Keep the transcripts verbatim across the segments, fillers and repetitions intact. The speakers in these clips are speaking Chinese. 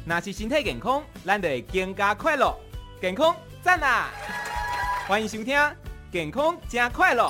若是身体健康，咱就会更加快乐。健康赞啊！欢迎收听《健康真快乐》。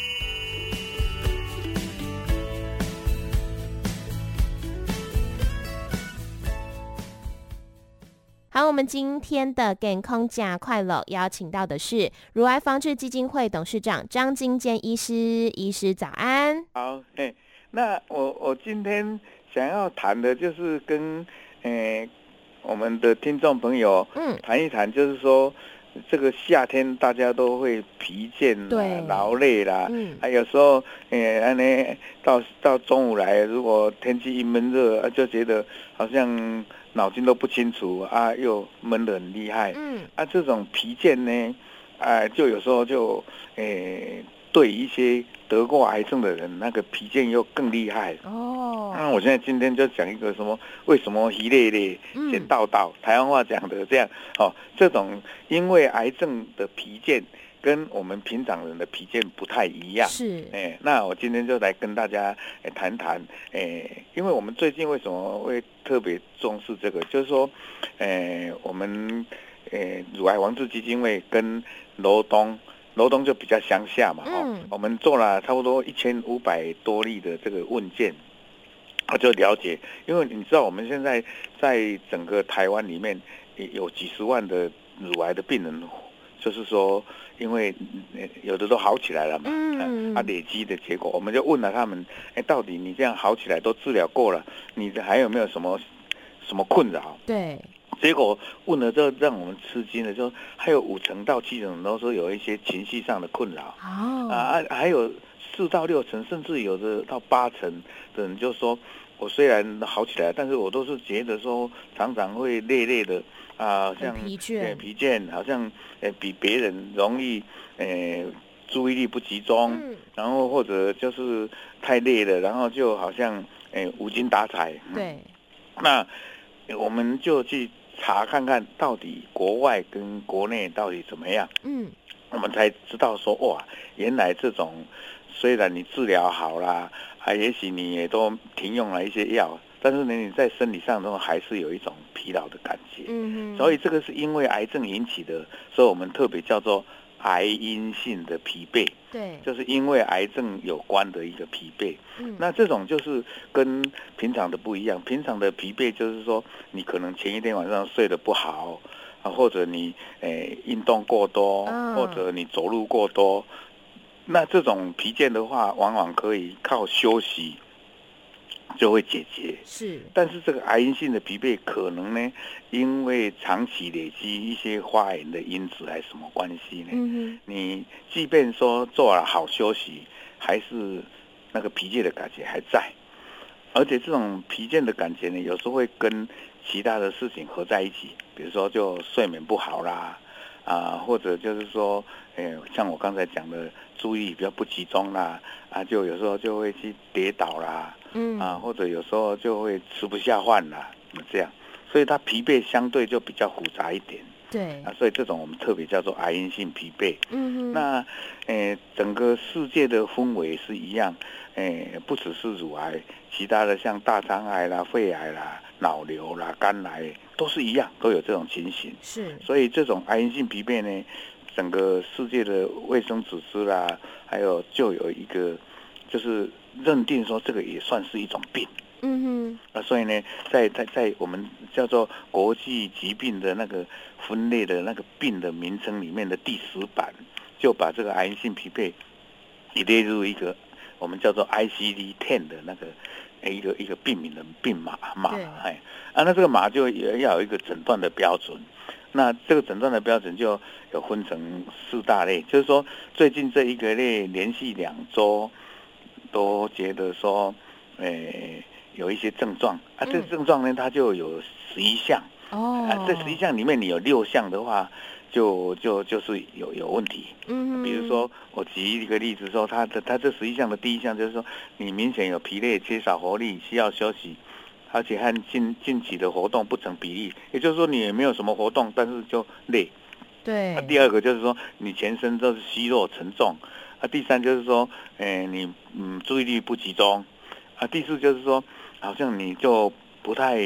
好，我们今天的健康假快乐邀请到的是乳癌防治基金会董事长张金坚医师，医师早安。 好，嘿，那我我今天想要谈的就是跟诶、呃、我们的听众朋友嗯谈一谈，就是说这个夏天大家都会疲倦啦、劳累啦，嗯，还有时候诶，安、呃、尼到到中午来，如果天气一闷热，就觉得好像脑筋都不清楚啊，又闷得很厉害。嗯，啊，这种疲倦呢，啊，就有时候就，诶、呃，对一些得过癌症的人，那个疲倦又更厉害。哦，那我现在今天就讲一个什么？为什么疲累累先倒倒？台湾话讲的这样，哦，这种因为癌症的疲倦。跟我们平常人的疲倦不太一样，是，哎、欸，那我今天就来跟大家谈谈，哎、欸，因为我们最近为什么会特别重视这个，就是说，哎、欸，我们，哎、欸，乳癌防治基金会跟罗东，罗东就比较乡下嘛，哦、嗯，我们做了差不多一千五百多例的这个问卷，我就了解，因为你知道我们现在在整个台湾里面有几十万的乳癌的病人。就是说，因为有的都好起来了嘛，嗯，啊，累积的结果，我们就问了他们，哎，到底你这样好起来都治疗过了，你还有没有什么什么困扰？对，结果问了之后，让我们吃惊的，就还有五成到七成都说有一些情绪上的困扰，哦，啊，还有四到六成，甚至有的到八成的人就说。我虽然好起来，但是我都是觉得说常常会累累的啊、呃，像疲倦， 疲倦，好像呃比别人容易呃注意力不集中，嗯、然后或者就是太累了，然后就好像呃无精打采。对，那我们就去查看看到底国外跟国内到底怎么样，嗯，我们才知道说哇，原来这种虽然你治疗好啦。啊，也许你也都停用了一些药，但是呢，你在生理上中还是有一种疲劳的感觉。嗯，所以这个是因为癌症引起的，所以我们特别叫做癌因性的疲惫。对，就是因为癌症有关的一个疲惫。嗯，那这种就是跟平常的不一样，平常的疲惫就是说，你可能前一天晚上睡得不好啊，或者你诶运动过多，嗯、或者你走路过多。那这种疲倦的话，往往可以靠休息就会解决。是，但是这个癌因性的疲惫可能呢，因为长期累积一些发炎的因子，还是什么关系呢？嗯，你即便说做了好休息，还是那个疲倦的感觉还在，而且这种疲倦的感觉呢，有时候会跟其他的事情合在一起，比如说就睡眠不好啦。啊，或者就是说，诶，像我刚才讲的，注意力比较不集中啦，啊，就有时候就会去跌倒啦，嗯，啊，或者有时候就会吃不下饭啦，这样，所以它疲惫相对就比较复杂一点。对，啊，所以这种我们特别叫做癌因性疲惫。嗯哼，那，诶，整个世界的氛围是一样，诶，不只是乳癌，其他的像大肠癌啦、肺癌啦、脑瘤啦、肝癌都是一样，都有这种情形。是，所以这种癌因性疲惫呢，整个世界的卫生组织啦，还有就有一个，就是认定说这个也算是一种病。嗯哼，啊，所以呢，在在在我们叫做国际疾病的那个分类的那个病的名称里面的第十版，就把这个癌因性疲惫也列入一个我们叫做 I C D 十 的那个一个一个病名的病码码，哎，啊，那这个码就也要有一个诊断的标准。那这个诊断的标准就有分成四大类，就是说最近这一个类连续两周都觉得说，诶。有一些症状啊，这个症状呢，它就有十一项哦。啊，这十一项里面你有六项的话，就就就是有有问题。嗯，比如说我举一个例子说，它的它这十一项的第一项就是说，你明显有疲累、缺少活力，需要休息，而且和近近期的活动不成比例，也就是说你也没有什么活动，但是就累。对。啊，第二个就是说你全身都是虚弱沉重。啊，第三就是说，诶，你嗯注意力不集中。啊，第四就是说。好像你就不太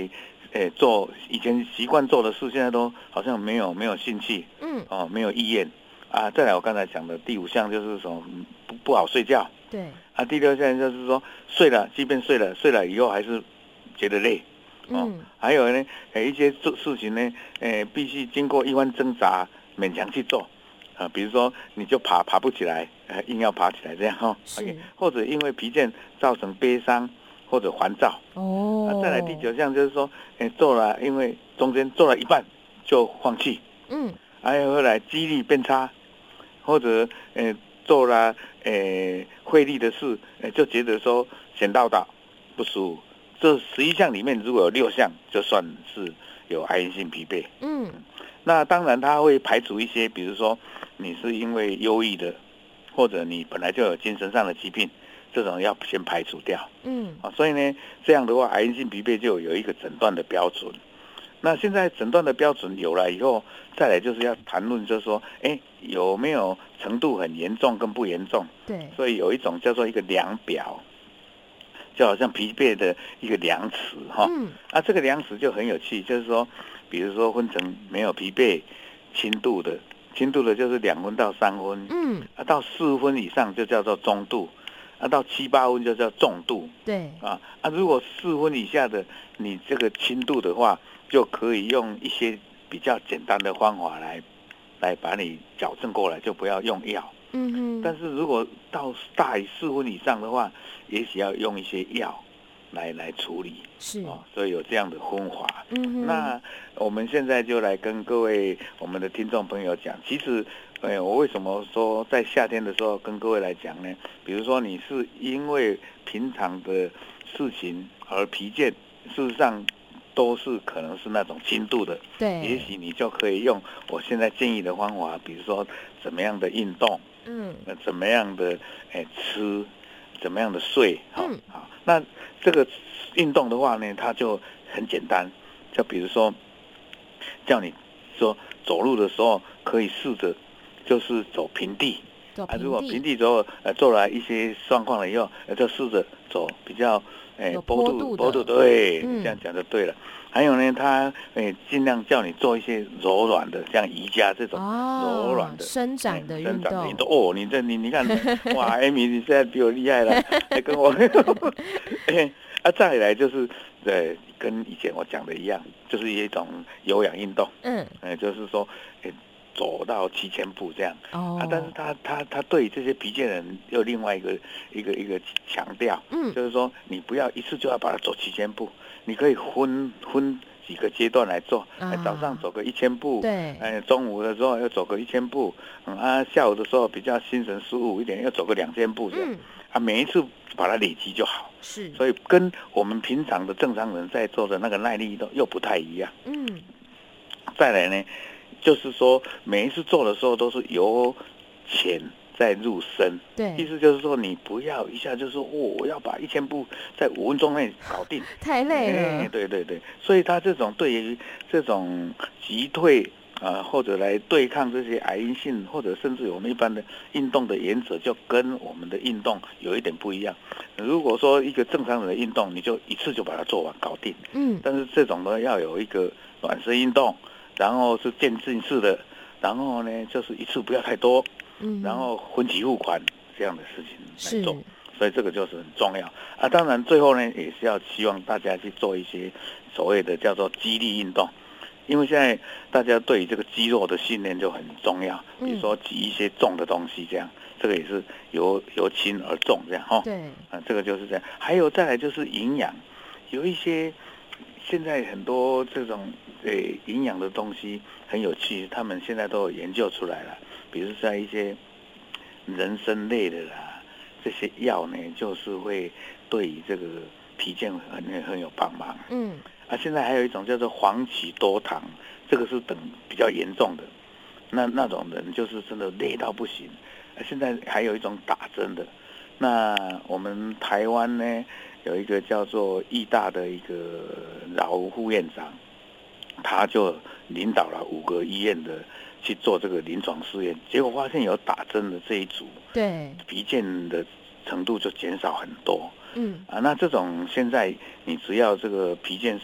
诶做以前习惯做的事，现在都好像没有没有兴趣，嗯，哦，没有意愿啊。再来我刚才讲的第五项就是什么不不好睡觉， 对， 啊，第六项就是说睡了，即便睡了，睡了以后还是觉得累，哦，嗯、还有呢，诶一些事事情呢，诶必须经过一番挣扎，勉强去做。啊，比如说你就爬爬不起来，呃，硬要爬起来这样哈、哦 okay, 或者因为疲倦造成悲伤或者烦躁。哦、啊，再来第九项就是说，诶，做了因为中间做了一半就放弃，嗯，还有后来肌力变差，或者诶做了诶费力的事，诶就觉得说闲到倒不舒服。这十一项里面如果有六项，就算是有癌因性疲惫。嗯，那当然它会排除一些，比如说你是因为忧郁的，或者你本来就有精神上的疾病，这种要先排除掉。嗯，啊，所以呢，这样的话，癌因性疲惫就有一个诊断的标准。那现在诊断的标准有了以后，再来就是要谈论，就是说，哎，有没有程度很严重跟不严重？对，所以有一种叫做一个量表。就好像疲惫的一个量尺哈，嗯，啊，这个量尺就很有趣，就是说，比如说分成没有疲惫、轻度的，轻度的就是两分到三分，嗯，啊，到四分以上就叫做中度，啊，到七八分就叫重度，对，啊，啊，如果四分以下的，你这个轻度的话，就可以用一些比较简单的方法来，来把你矫正过来，就不要用药。嗯哼，但是如果到大于四分以上的话，也许要用一些药来来处理，是哦，所以有这样的分法。嗯哼，那我们现在就来跟各位我们的听众朋友讲，其实，呃，我为什么说在夏天的时候跟各位来讲呢？比如说你是因为平常的事情而疲倦，事实上都是可能是那种轻度的，对，也许你就可以用我现在建议的方法，比如说怎么样的运动。嗯，那怎么样的诶吃，怎么样的睡，好、嗯，好，那这个运动的话呢，它就很简单，就比如说叫你说走路的时候可以试着就是走平地，走平地啊，如果平地之后呃做了一些状况了以后，呃就试着走比较诶坡度坡度对，嗯、这样讲就对了。还有呢，他诶尽量叫你做一些柔软的，像瑜伽这种柔软的、哦、 伸展的运动。 运动哦，你这你你看，哇，艾米你现在比我厉害了，还跟我。欸、啊，再来就是呃，跟以前我讲的一样，就是一种有氧运动。嗯，呃、就是说，欸走到七千步这样，哦、啊，但是他他他对这些疲倦人有另外一个一个一个强调，嗯，就是说你不要一次就要把它走七千步，你可以分分几个阶段来做，啊、早上走个一千步，对，哎，中午的时候要走个一千步，嗯啊，下午的时候比较心神舒服一点，要走个两千步这样，嗯、啊，每一次把它累积就好，是，所以跟我们平常的正常人在做的那个耐力都又不太一样，嗯，再来呢。就是说，每一次做的时候都是由浅再入深，对，意思就是说，你不要一下就说，哦，我要把一千步在五分钟内搞定， 太累了。 欸、对对对，所以他这种对于这种击退啊、呃，或者来对抗这些癌因性，或者甚至我们一般的运动的原则，就跟我们的运动有一点不一样。如果说一个正常人的运动，你就一次就把它做完搞定，嗯，但是这种呢，要有一个暖身运动。然后是渐进式的，然后呢，就是一次不要太多，嗯，然后分期付款这样的事情来做，所以这个就是很重要啊。当然最后呢，也是要希望大家去做一些所谓的叫做肌力运动，因为现在大家对于这个肌肉的训练就很重要，比如说举一些重的东西这样，这个也是由由轻而重这样哈。对，啊，这个就是这样。还有再来就是营养，有一些现在很多这种。对营养的东西很有趣，他们现在都有研究出来了。比如在一些人参类的啦，这些药呢，就是会对于这个脾健很很有帮忙。嗯，啊，现在还有一种叫做黄芪多糖，这个是等比较严重的，那那种人就是真的累到不行。啊，现在还有一种打针的，那我们台湾呢有一个叫做义大的一个老副院长。他就领导了五个医院的去做这个临床试验，结果发现有打针的这一组，对疲倦的程度就减少很多。嗯啊，那这种现在你只要这个疲倦是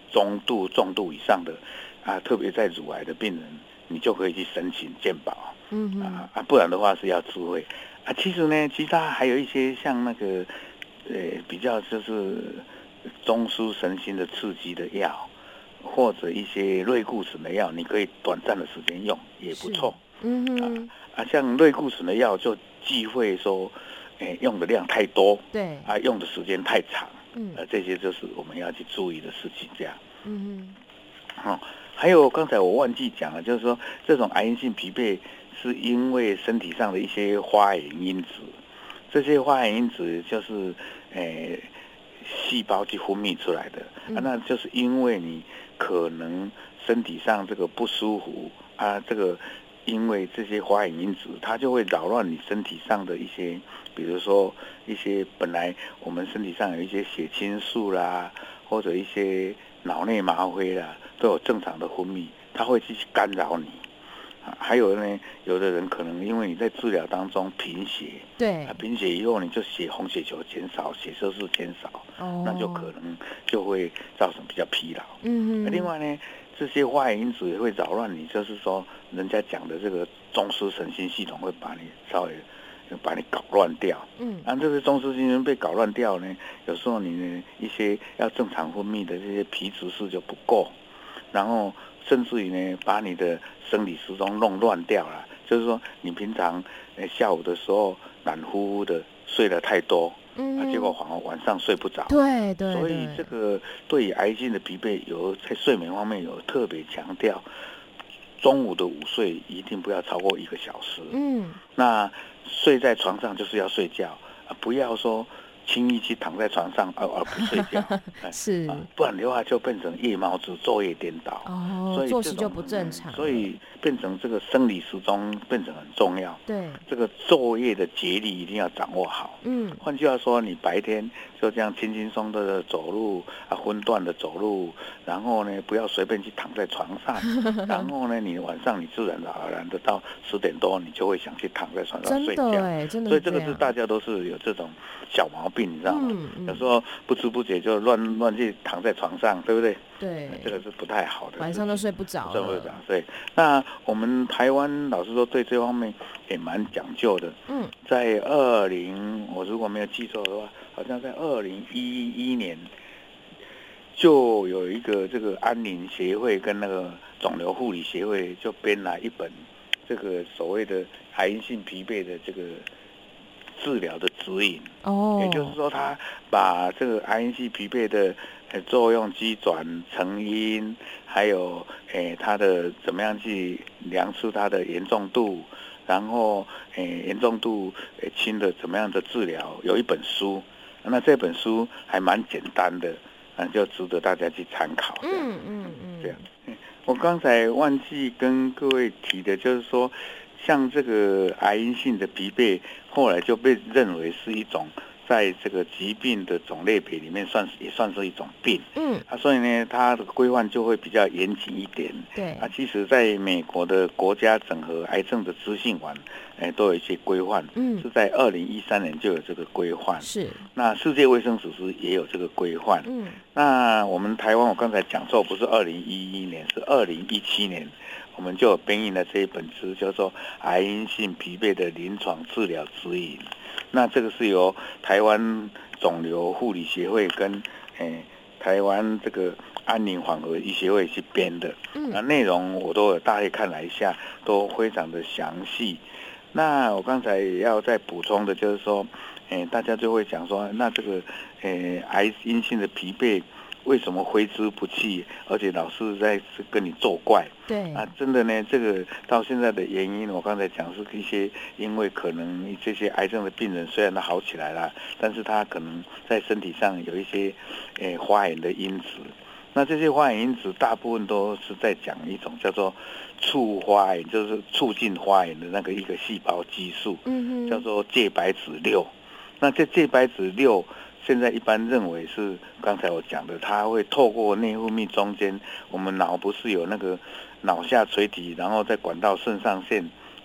中度、重度以上的啊，特别在乳癌的病人，你就可以去申请健保。嗯啊啊，不然的话是要自费啊。其实呢，其实它还有一些像那个呃比较就是中枢神经的刺激的药，或者一些类固醇的药，你可以短暂的时间用也不错。嗯哼啊啊，像类固醇的药就忌讳说，诶、欸、用的量太多， 对啊用的时间太长，嗯，呃这些就是我们要去注意的事情，这样。嗯哼，哦，还有刚才我忘记讲了，就是说这种癌因性疲惫。是因为身体上的一些发炎因子，这些发炎因子就是诶细胞去分泌出来的、嗯啊、那就是因为你可能身体上这个不舒服啊，这个因为这些发炎因子，它就会扰乱你身体上的一些，比如说一些本来我们身体上有一些血清素啦，或者一些脑内吗啡啦，都有正常的分泌，它会去干扰你。还有呢，有的人可能因为你在治疗当中贫血， 对， 啊，贫血以后你就血红血球减少，血色素减少，哦，那就可能就会造成比较疲劳。嗯嗯。另外呢，这些发炎因子也会扰乱你，就是说人家讲的这个中枢神经系统会把你稍微把你搞乱掉。嗯。啊，这个中枢神经被搞乱掉呢，有时候你呢一些要正常分泌的这些皮质素就不够，然后。甚至于呢，把你的生理时钟弄乱掉了。就是说，你平常下午的时候懒乎乎的睡得太多，嗯啊、结果反而晚上睡不着。 对对。 所以这个对于癌性的疲惫有在睡眠方面有特别强调，中午的午睡一定不要超过一个小时。嗯。那睡在床上就是要睡觉，啊、不要说。轻易去躺在床上而而不睡觉， 是、 啊，不然的话就变成夜猫子，昼夜颠倒， 哦， 所以作息就不正常， 所以变成这个生理时钟变成很重要。 对， 这个昼夜的节律一定要掌握好。嗯，换句话说，你白天就这样轻轻松的走路啊，分段的走路，然后呢，不要随便去躺在床上，然后呢，你晚上你自然而然的到十点多，你就会想去躺在床上睡觉。 真的哎，真的。 所以这个是大家都是有这种小毛病。你知道吗？嗯嗯、有时候不知不觉就乱乱去躺在床上，对不对？ 对， 这个是不太好的。 晚上都睡不着了。 睡不着，对。那我们台湾老实说，对这方面也蛮讲究的。嗯，在二零，我如果没有记错的话，好像在二零一一年就有一个这个安宁协会跟那个肿瘤护理协会就编了一本这个所谓的癌因性疲惫的这个。治疗的指引，哦，也就是说，他把这个癌因性疲惫的作用机转成因，还有诶它的怎么样去量出它的严重度，然后诶严重度诶轻的怎么样的治疗，有一本书，那这本书还蛮简单的，啊，就值得大家去参考。嗯嗯嗯，这样。我刚才忘记跟各位提的，就是说。像这个癌因性的疲惫，后来就被认为是一种在这个疾病的种类别里面算是也算是一种病。嗯，啊，所以呢，它的规范就会比较严谨一点。 对， 啊，其实在美国的国家整合癌症的资讯网，哎，都有一些规范。嗯，是在二零一三年就有这个规范。 是， 那世界卫生组织也有这个规范。嗯，那我们台湾，我刚才讲错，不是二零一一年，是二零一七年。我们就有编印了这一本书，叫做《癌因性疲惫的临床治疗指引》。那这个是由台湾肿瘤护理协会跟诶台湾这个安宁缓和医协会去编的。嗯，那内容我都有大概看了一下，都非常的详细。那我刚才也要再补充的就是说，诶大家就会讲说，那这个诶癌因性的疲惫。为什么挥之不去，而且老是在跟你作怪？ 对啊，真的呢，这个到现在的原因，我刚才讲是一些，因为可能这些癌症的病人虽然他好起来了，但是他可能在身体上有一些诶发炎的因子。那这些发炎因子大部分都是在讲一种叫做促发炎，就是促进发炎的那个一个细胞激素，嗯，叫做介白质六。那这介白质六。现在一般认为是刚才我讲的，它会透过内分泌中间，我们脑不是有那个脑下垂体，然后再管到肾上腺，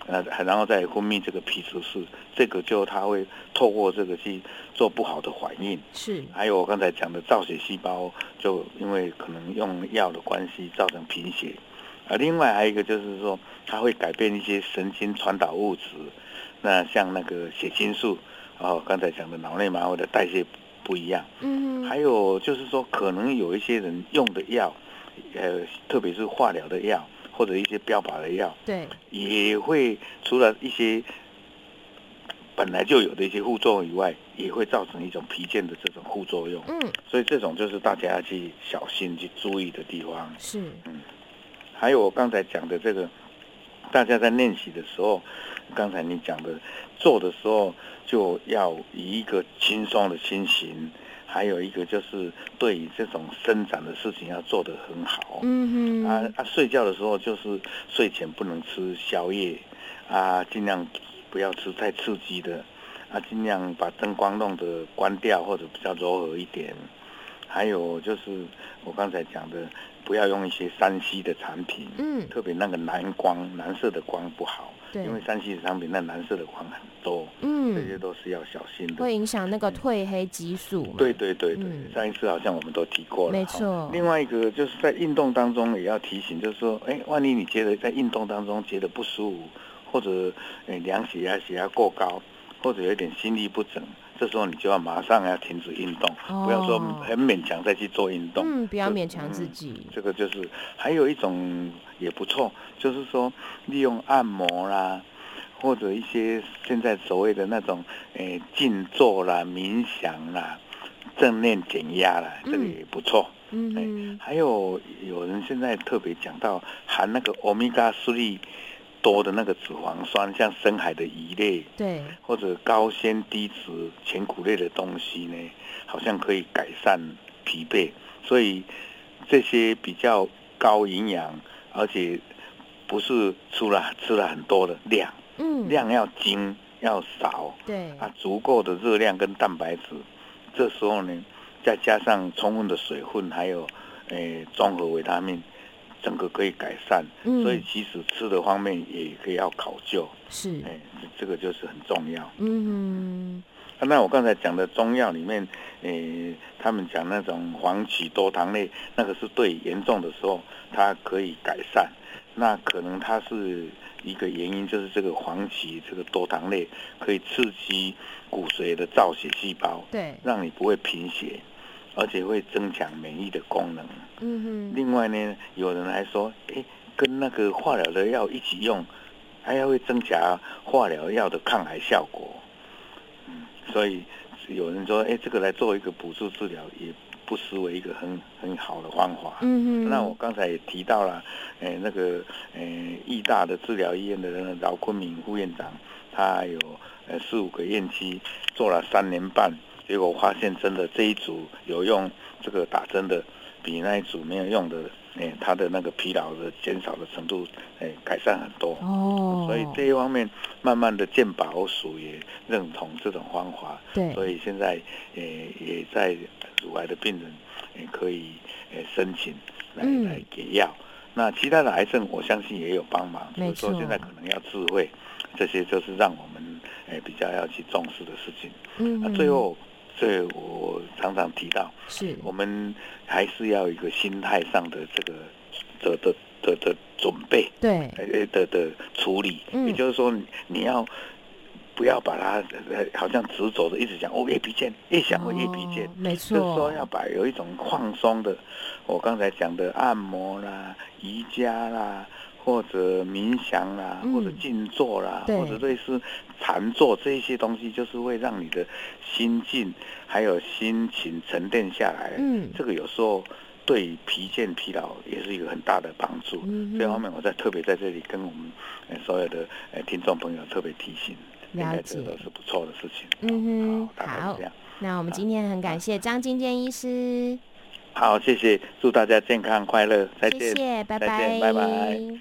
呃，然后再分泌这个皮质素，这个就它会透过这个去做不好的反应。 是。 还有我刚才讲的造血细胞，就因为可能用药的关系造成贫血。啊，另外还有一个就是说，它会改变一些神经传导物质，那像那个血清素，然后刚才讲的脑内麻味的代谢不一样。嗯。还有就是说，可能有一些人用的药，呃，特别是化疗的药。或者一些标靶的药， 对， 也会除了一些本来就有的一些副作用以外，也会造成一种疲倦的这种副作用。嗯，所以这种就是大家要去小心去注意的地方。 是， 嗯，还有我刚才讲的这个，大家在练习的时候，刚才你讲的做的时候，就要以一个轻松的心情。还有一个就是对于这种伸展的事情要做得很好。嗯哼。啊啊，睡觉的时候就是睡前不能吃宵夜，啊，尽量不要吃太刺激的，啊，尽量把灯光弄得关掉或者比较柔和一点。还有就是我刚才讲的，不要用一些三 C 的产品，嗯，特别那个蓝光、蓝色的光不好。因为三 C 的产品那蓝色的光很多，嗯，这些都是要小心的， 会影响那个褪黑激素嘛。 对对对对，嗯、上一次好像我们都提过了。 没错。 另外一个就是在运动当中也要提醒，就是说，哎，万一你觉得在运动当中觉得不舒服，或者哎量血压、血压过高，或者有点心律不整。这时候你就要马上要停止运动，哦、不要说很勉强再去做运动。 嗯，不要勉强自己、 嗯。这个就是还有一种也不错，就是说利用按摩啦，或者一些现在所谓的那种诶静坐啦、冥想啦、正念减压啦，这个也不错。嗯嗯。还有有人现在特别讲到含那个欧米伽三多的那个脂肪酸，像深海的鱼类， 对， 或者高纤低脂全谷类的东西呢，好像可以改善疲惫。所以这些比较高营养，而且不是吃了吃了很多的量，嗯，量要精要少， 对， 啊，足够的热量跟蛋白质。这时候呢，再加上充分的水分，还有诶综合维他命。整个可以改善，嗯、所以其实吃的方面也可以要考究， 是， 哎，这个就是很重要。嗯、啊，那我刚才讲的中药里面，诶，他们讲那种黄芪多糖类，那个是对严重的时候它可以改善。那可能它是一个原因，就是这个黄芪这个多糖类可以刺激骨髓的造血细胞， 对， 让你不会贫血。而且会增强免疫的功能。嗯哼。另外呢，有人还说，哎，跟那个化疗的药一起用，还要会增加化疗药的抗癌效果。嗯，所以有人说，哎，这个来做一个辅助治疗，也不失为一个很很好的方法。嗯哼。那我刚才也提到了，哎，那个，哎，义大的治疗医院的饶坤明副院长，他有呃四五个院期，做了三年半。结果发现真的这一组有用这个打针的，比那一组没有用的，哎，他的那个疲劳的减少的程度，哎，改善很多。哦，所以这一方面，慢慢的健保署也认同这种方法。 对， 所以现在也也在乳癌的病人，也可以呃申请来、嗯、来给药。那其他的癌症，我相信也有帮忙。所以说现在可能要智慧，这些就是让我们哎比较要去重视的事情。嗯，那最后。所以我常常提到， 是我们还是要有一个心态上的这个的的的的准备， 对， 的的处理，嗯、也就是说，你要不要把它好像执着的一直讲哦叶皮腱，越想会叶皮腱， 没错， 就是说要把有一种放松的，我刚才讲的按摩啦、瑜伽啦。或者冥想啦，或者静坐啦，嗯、或者类似禅坐这一些东西，就是会让你的心境还有心情沉淀下来。嗯，这个有时候对疲倦疲劳也是一个很大的帮助。嗯，这方面我在特别在这里跟我们所有的听众朋友特别提醒，应该这都是不错的事情。 嗯哼，好，好， 那我们今天很感谢张金坚医师。 好，谢谢，祝大家健康快乐，再见， 谢谢，拜拜， 再见，拜拜。